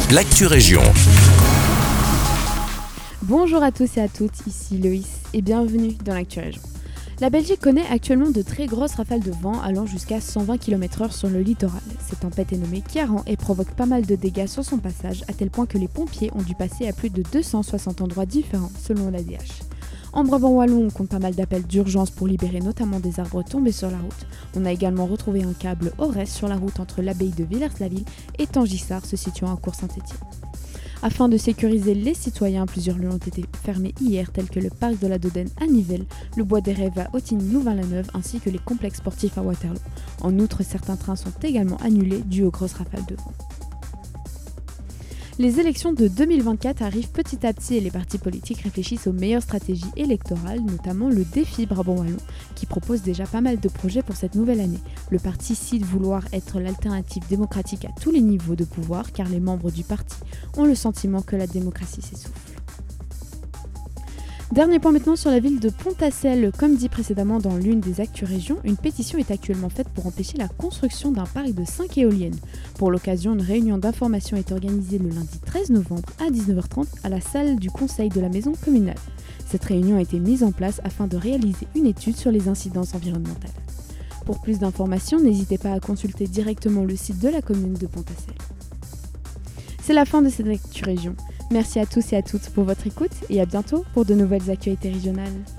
l'actu région. Bonjour à tous et à toutes, ici Loïs et bienvenue dans l'actu région. La Belgique connaît actuellement de très grosses rafales de vent allant jusqu'à 120 km/h sur le littoral. Cette tempête est nommée Ciarán et provoque pas mal de dégâts sur son passage, à tel point que les pompiers ont dû passer à plus de 260 endroits différents selon l'ADH. En Brabant wallon, on compte pas mal d'appels d'urgence pour libérer notamment des arbres tombés sur la route. On a également retrouvé un câble Ores sur la route entre l'abbaye de Villers-la-Ville et Tangissart se situant à Cours-Saint-Étienne. Afin de sécuriser les citoyens, plusieurs lieux ont été fermés hier, tels que le parc de la Dodène à Nivelles, le bois des Rêves à Autigny-Louvain-la-Neuve ainsi que les complexes sportifs à Waterloo. En outre, certains trains sont également annulés dû aux grosses rafales de vent. Les élections de 2024 arrivent petit à petit et les partis politiques réfléchissent aux meilleures stratégies électorales, notamment le Défi Brabant Wallon, qui propose déjà pas mal de projets pour cette nouvelle année. Le parti cite vouloir être l'alternative démocratique à tous les niveaux de pouvoir, car les membres du parti ont le sentiment que la démocratie s'essouffle. Dernier point maintenant sur la ville de Pontassel. Comme dit précédemment dans l'une des actus régions, une pétition est actuellement faite pour empêcher la construction d'un parc de 5 éoliennes. Pour l'occasion, une réunion d'information est organisée le lundi 13 novembre à 19h30 à la salle du conseil de la maison communale. Cette réunion a été mise en place afin de réaliser une étude sur les incidences environnementales. Pour plus d'informations, n'hésitez pas à consulter directement le site de la commune de Pontassel. C'est la fin de cette actu région. Merci à tous et à toutes pour votre écoute et à bientôt pour de nouvelles actualités régionales.